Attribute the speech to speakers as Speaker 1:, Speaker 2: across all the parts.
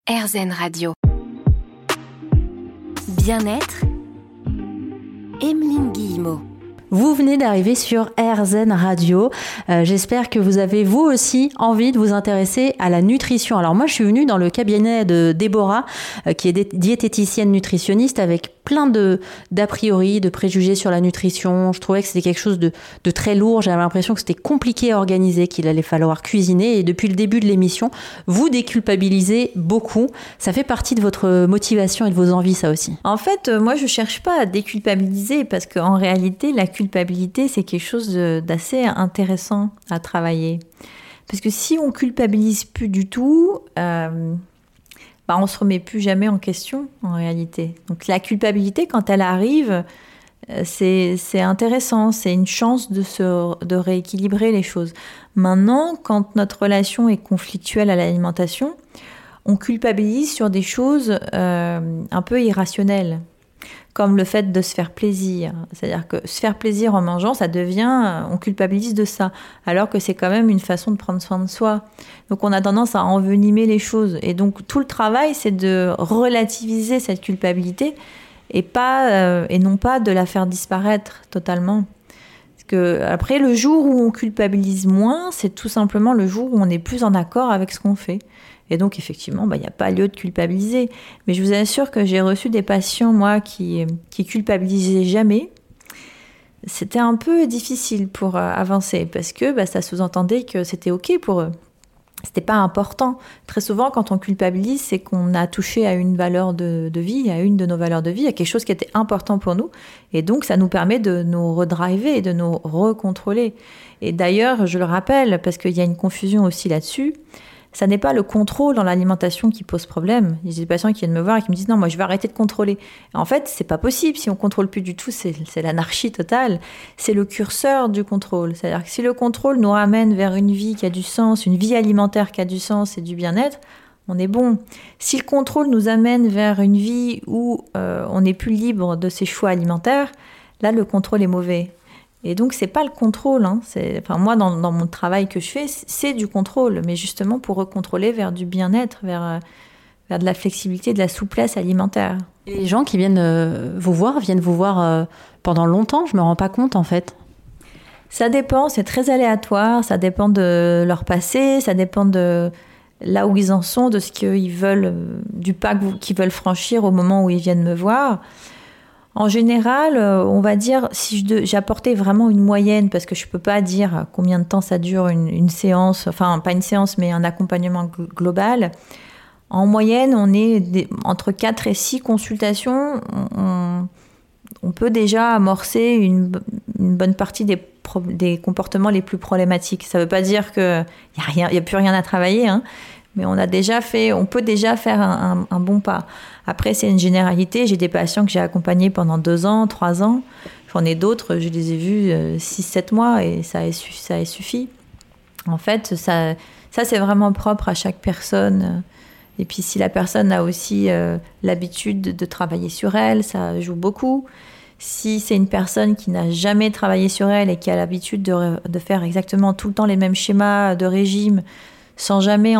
Speaker 1: RZN Radio. Bien-être, Emeline Guillemot.
Speaker 2: Vous venez d'arriver sur RZN Radio. J'espère que vous avez vous aussi envie de vous intéresser à la nutrition. Alors moi, je suis venue dans le cabinet de Déborah, qui est diététicienne nutritionniste, avec plein d'a priori, de préjugés sur la nutrition. Je trouvais que c'était quelque chose de très lourd. J'avais l'impression que c'était compliqué à organiser, qu'il allait falloir cuisiner. Et depuis le début de l'émission, vous déculpabilisez beaucoup. Ça fait partie de votre motivation et de vos envies, ça aussi.
Speaker 3: En fait, moi, je cherche pas à déculpabiliser parce qu'en réalité, la culpabilité, c'est quelque chose d'assez intéressant à travailler. Parce que si on culpabilise plus du tout, on se remet plus jamais en question, en réalité. Donc la culpabilité, quand elle arrive, c'est intéressant, c'est une chance de rééquilibrer les choses. Maintenant, quand notre relation est conflictuelle à l'alimentation, on culpabilise sur des choses un peu irrationnelles, comme le fait de se faire plaisir. C'est-à-dire que se faire plaisir en mangeant, ça devient, on culpabilise de ça, alors que c'est quand même une façon de prendre soin de soi. Donc on a tendance à envenimer les choses. Et donc tout le travail, c'est de relativiser cette culpabilité et non pas de la faire disparaître totalement. Parce que après, le jour où on culpabilise moins, c'est tout simplement le jour où on est plus en accord avec ce qu'on fait. Et donc, effectivement, il n'y a pas lieu de culpabiliser. Mais je vous assure que j'ai reçu des patients, moi, qui culpabilisaient jamais. C'était un peu difficile pour avancer parce que ça sous-entendait que c'était OK pour eux. C'était pas important. Très souvent, quand on culpabilise, c'est qu'on a touché à une valeur de vie, à une de nos valeurs de vie, à quelque chose qui était important pour nous. Et donc, ça nous permet de nous redriver et de nous recontrôler. Et d'ailleurs, je le rappelle, parce qu'il y a une confusion aussi là-dessus, ça n'est pas le contrôle dans l'alimentation qui pose problème. Il y a des patients qui viennent me voir et qui me disent « Non, moi, je vais arrêter de contrôler. » En fait, c'est pas possible. Si on contrôle plus du tout, c'est l'anarchie totale. C'est le curseur du contrôle. C'est-à-dire que si le contrôle nous ramène vers une vie qui a du sens, une vie alimentaire qui a du sens et du bien-être, on est bon. Si le contrôle nous amène vers une vie où on n'est plus libre de ses choix alimentaires, là, le contrôle est mauvais. Et donc, c'est pas le contrôle. Moi, dans mon travail que je fais, c'est du contrôle, mais justement pour recontrôler vers du bien-être, vers de la flexibilité, de la souplesse alimentaire.
Speaker 2: Et les gens qui viennent vous voir pendant longtemps, je me rends pas compte en fait.
Speaker 3: Ça dépend, c'est très aléatoire, ça dépend de leur passé, ça dépend de là où ils en sont, de ce qu'ils veulent, du pas qu'ils veulent franchir au moment où ils viennent me voir. En général, on va dire, si j'apportais vraiment une moyenne, parce que je ne peux pas dire combien de temps ça dure une séance, enfin pas une séance, mais un accompagnement global. En moyenne, on est entre 4 et 6 consultations. On peut déjà amorcer une bonne partie des comportements les plus problématiques. Ça ne veut pas dire qu'il n'y a plus rien à travailler, mais on peut déjà faire un bon pas. Après, c'est une généralité. J'ai des patients que j'ai accompagnés pendant 2 ans, 3 ans. J'en ai d'autres, je les ai vus 6-7 mois et ça a suffi. En fait, ça c'est vraiment propre à chaque personne. Et puis, si la personne a aussi l'habitude de travailler sur elle, ça joue beaucoup. Si c'est une personne qui n'a jamais travaillé sur elle et qui a l'habitude de faire exactement tout le temps les mêmes schémas de régime, sans jamais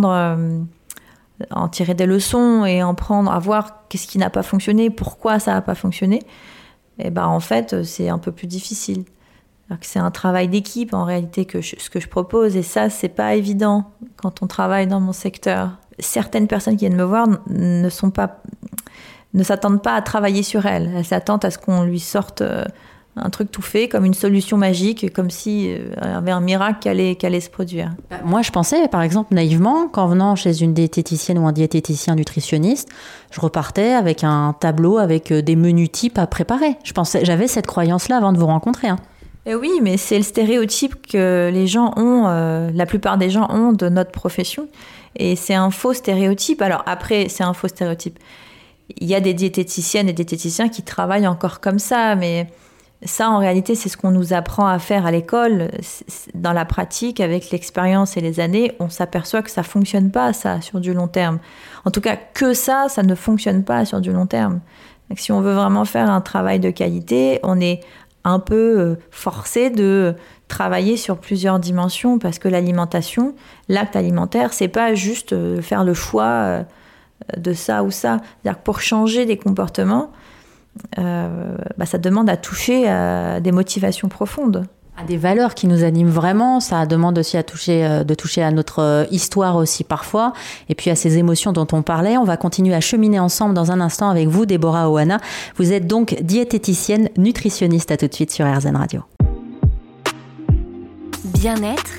Speaker 3: en tirer des leçons et à voir qu'est-ce qui n'a pas fonctionné, pourquoi ça n'a pas fonctionné, en fait, c'est un peu plus difficile. C'est un travail d'équipe, en réalité, ce que je propose, et ça, c'est pas évident quand on travaille dans mon secteur. Certaines personnes qui viennent me voir ne s'attendent pas à travailler sur elles. Elles s'attendent à ce qu'on lui sorte un truc tout fait, comme une solution magique, comme si y avait un miracle qui allait se produire.
Speaker 2: Moi, je pensais, par exemple, naïvement, qu'en venant chez une diététicienne ou un diététicien nutritionniste, je repartais avec un tableau avec des menus types à préparer. J'avais cette croyance-là avant de vous rencontrer.
Speaker 3: Et oui, mais c'est le stéréotype que les gens ont, la plupart des gens ont de notre profession. Et c'est un faux stéréotype. Alors après, c'est un faux stéréotype. Il y a des diététiciennes et diététiciens qui travaillent encore comme ça, mais ça, en réalité, c'est ce qu'on nous apprend à faire à l'école. Dans la pratique, avec l'expérience et les années, on s'aperçoit que ça fonctionne pas, ça, sur du long terme. En tout cas, que ça ne fonctionne pas sur du long terme. Donc, si on veut vraiment faire un travail de qualité, on est un peu forcé de travailler sur plusieurs dimensions parce que l'alimentation, l'acte alimentaire, c'est pas juste faire le choix de ça ou ça. C'est-à-dire que pour changer des comportements, ça demande à toucher à des motivations profondes.
Speaker 2: À des valeurs qui nous animent vraiment, ça demande aussi de toucher à notre histoire aussi parfois, et puis à ces émotions dont on parlait. On va continuer à cheminer ensemble dans un instant avec vous, Déborah Ohana. Vous êtes donc diététicienne, nutritionniste. À tout de suite sur RZN Radio.
Speaker 1: Bien-être,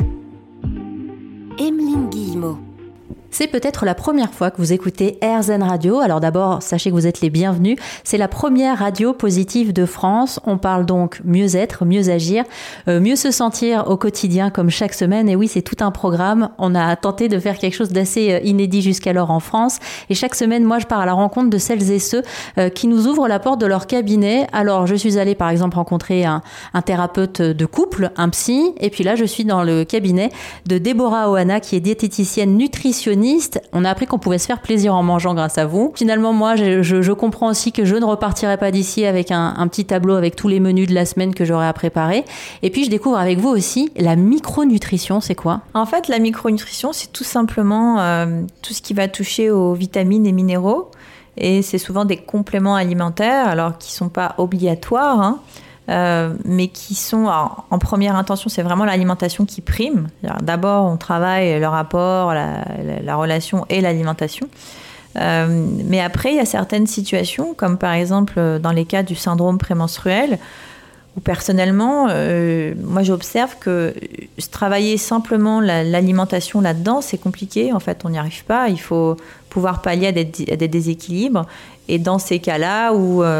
Speaker 1: Emeline Guillemot.
Speaker 2: C'est peut-être la première fois que vous écoutez RZN Radio. Alors d'abord, sachez que vous êtes les bienvenus. C'est la première radio positive de France. On parle donc mieux être, mieux agir, mieux se sentir au quotidien comme chaque semaine. Et oui, c'est tout un programme. On a tenté de faire quelque chose d'assez inédit jusqu'alors en France. Et chaque semaine, moi, je pars à la rencontre de celles et ceux qui nous ouvrent la porte de leur cabinet. Alors, je suis allée, par exemple, rencontrer un thérapeute de couple, un psy. Et puis là, je suis dans le cabinet de Déborah Ohana, qui est diététicienne nutritionniste. On a appris qu'on pouvait se faire plaisir en mangeant grâce à vous. Finalement, moi, je comprends aussi que je ne repartirai pas d'ici avec un petit tableau avec tous les menus de la semaine que j'aurai à préparer. Et puis, je découvre avec vous aussi la micronutrition. C'est quoi ?
Speaker 3: En fait, la micronutrition, c'est tout simplement tout ce qui va toucher aux vitamines et minéraux. Et c'est souvent des compléments alimentaires, alors qui ne sont pas obligatoires, mais qui sont, en première intention, c'est vraiment l'alimentation qui prime. D'abord, on travaille le rapport, la relation et l'alimentation. Mais après, il y a certaines situations, comme par exemple dans les cas du syndrome prémenstruel, où personnellement, moi j'observe que travailler simplement l'alimentation là-dedans, c'est compliqué. En fait, on n'y arrive pas. Il faut pouvoir pallier à des déséquilibres. Et dans ces cas-là,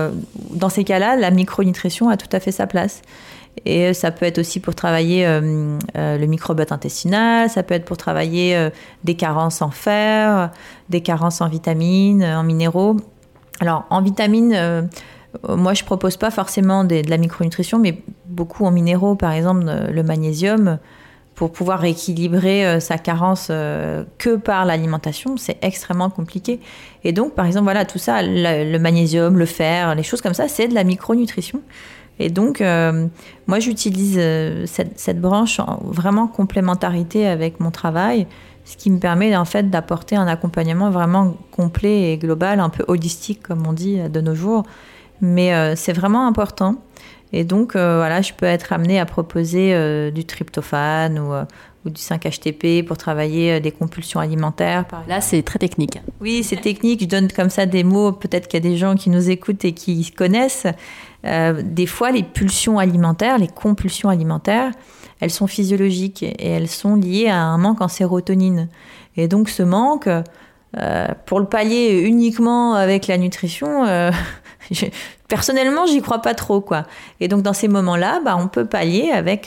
Speaker 3: la micronutrition a tout à fait sa place. Et ça peut être aussi pour travailler le microbiote intestinal, ça peut être pour travailler des carences en fer, des carences en vitamines, en minéraux. Alors, en vitamines, moi, je ne propose pas forcément de la micronutrition, mais beaucoup en minéraux, par exemple le magnésium, pour pouvoir rééquilibrer sa carence que par l'alimentation, c'est extrêmement compliqué. Et donc, par exemple, voilà, tout ça, le magnésium, le fer, les choses comme ça, c'est de la micronutrition. Et donc, moi, j'utilise cette branche en vraiment complémentarité avec mon travail, ce qui me permet en fait d'apporter un accompagnement vraiment complet et global, un peu holistique, comme on dit de nos jours. Mais c'est vraiment important. Et donc, je peux être amenée à proposer du tryptophane ou du 5-HTP pour travailler des compulsions alimentaires.
Speaker 2: Là, c'est très technique.
Speaker 3: Oui, c'est technique. Je donne comme ça des mots. Peut-être qu'il y a des gens qui nous écoutent et qui connaissent. Des fois, les pulsions alimentaires, les compulsions alimentaires, elles sont physiologiques et elles sont liées à un manque en sérotonine. Et donc, ce manque, pour le pallier uniquement avec la nutrition... Personnellement, j'y crois pas trop, quoi. Et donc, dans ces moments-là, on peut pallier avec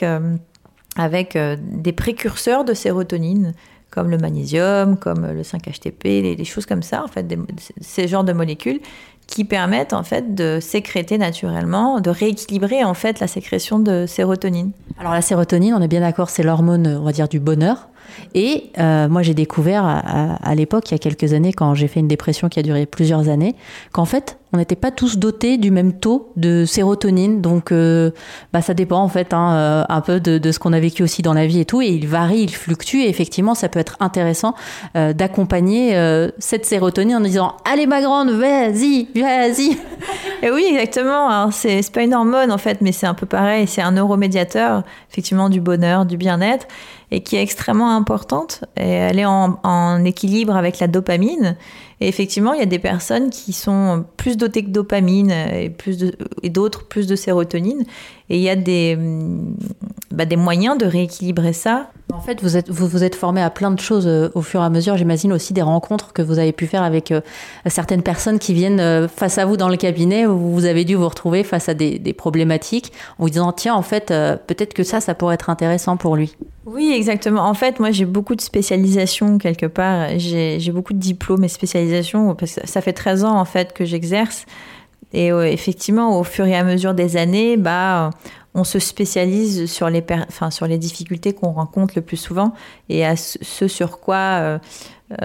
Speaker 3: des précurseurs de sérotonine, comme le magnésium, comme le 5-HTP, les choses comme ça, en fait, ces genres de molécules qui permettent, en fait, de sécréter naturellement, de rééquilibrer, en fait, la sécrétion de sérotonine.
Speaker 2: Alors, la sérotonine, on est bien d'accord, c'est l'hormone, on va dire, du bonheur. Et moi, j'ai découvert à l'époque, il y a quelques années, quand j'ai fait une dépression qui a duré plusieurs années, qu'en fait, on n'était pas tous dotés du même taux de sérotonine. Donc, ça dépend en fait un peu de ce qu'on a vécu aussi dans la vie et tout. Et il varie, il fluctue. Et effectivement, ça peut être intéressant d'accompagner cette sérotonine en disant « Allez ma grande, vas-y !»
Speaker 3: Et oui, exactement. Alors, c'est pas une hormone en fait, mais c'est un peu pareil. C'est un neuromédiateur, effectivement, du bonheur, du bien-être, et qui est extrêmement importante. Et elle est en équilibre avec la dopamine. Et effectivement, il y a des personnes qui sont plus dotées que dopamine et d'autres plus de sérotonine. Et il y a des moyens de rééquilibrer ça.
Speaker 2: En fait, vous êtes formé à plein de choses au fur et à mesure. J'imagine aussi des rencontres que vous avez pu faire avec certaines personnes qui viennent face à vous dans le cabinet où vous avez dû vous retrouver face à des problématiques en vous disant « Tiens, en fait, peut-être que ça pourrait être intéressant pour lui ».
Speaker 3: Oui, exactement. En fait, moi, j'ai beaucoup de spécialisations quelque part. J'ai beaucoup de diplômes et spécialisations parce que ça fait 13 ans en fait que j'exerce. Et effectivement, au fur et à mesure des années, on se spécialise sur les difficultés qu'on rencontre le plus souvent et à ce sur quoi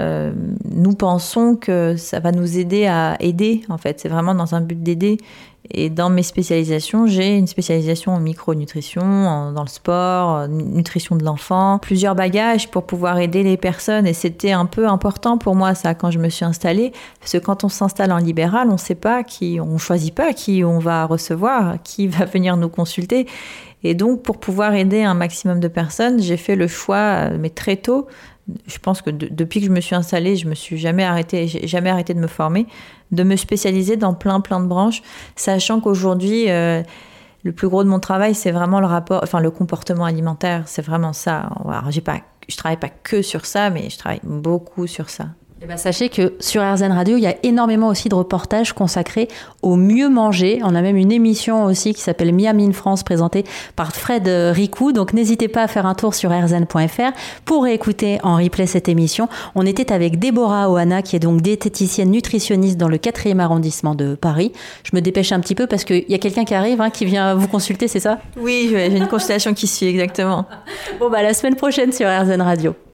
Speaker 3: nous pensons que ça va nous aider à aider. En fait, c'est vraiment dans un but d'aider. Et dans mes spécialisations, j'ai une spécialisation en micronutrition, dans le sport, nutrition de l'enfant, plusieurs bagages pour pouvoir aider les personnes. Et c'était un peu important pour moi, ça, quand je me suis installée. Parce que quand on s'installe en libéral, on sait pas on choisit pas qui on va recevoir, qui va venir nous consulter. Et donc, pour pouvoir aider un maximum de personnes, j'ai fait le choix, mais très tôt. Je pense que depuis que je me suis installée, je me suis jamais arrêtée de me former, de me spécialiser dans plein de branches, sachant qu'aujourd'hui, le plus gros de mon travail, c'est vraiment le comportement alimentaire. C'est vraiment ça. Alors, je travaille pas que sur ça, mais je travaille beaucoup sur ça.
Speaker 2: Et ben, sachez que sur RZN Radio, il y a énormément aussi de reportages consacrés au mieux manger. On a même une émission aussi qui s'appelle Miam in France, présentée par Fred Ricou. Donc n'hésitez pas à faire un tour sur rzn.fr pour écouter en replay cette émission. On était avec Déborah Ohana, qui est donc diététicienne nutritionniste dans le 4e arrondissement de Paris. Je me dépêche un petit peu parce qu'il y a quelqu'un qui arrive, qui vient vous consulter, c'est ça ?
Speaker 3: Oui, j'ai une consultation qui suit, exactement.
Speaker 2: Bon, la semaine prochaine sur RZN Radio.